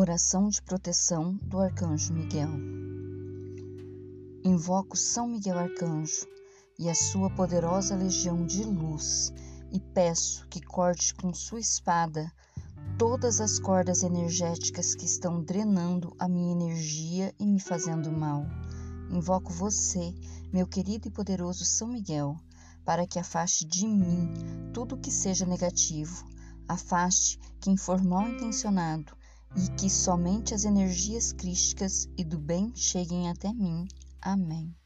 Oração de proteção do Arcanjo Miguel. Invoco São Miguel Arcanjo e a sua poderosa legião de luz e peço que corte com sua espada todas as cordas energéticas que estão drenando a minha energia e me fazendo mal. Invoco você, meu querido e poderoso São Miguel, para que afaste de mim tudo que seja negativo, afaste quem for mal intencionado e que somente as energias crísticas e do bem cheguem até mim. Amém.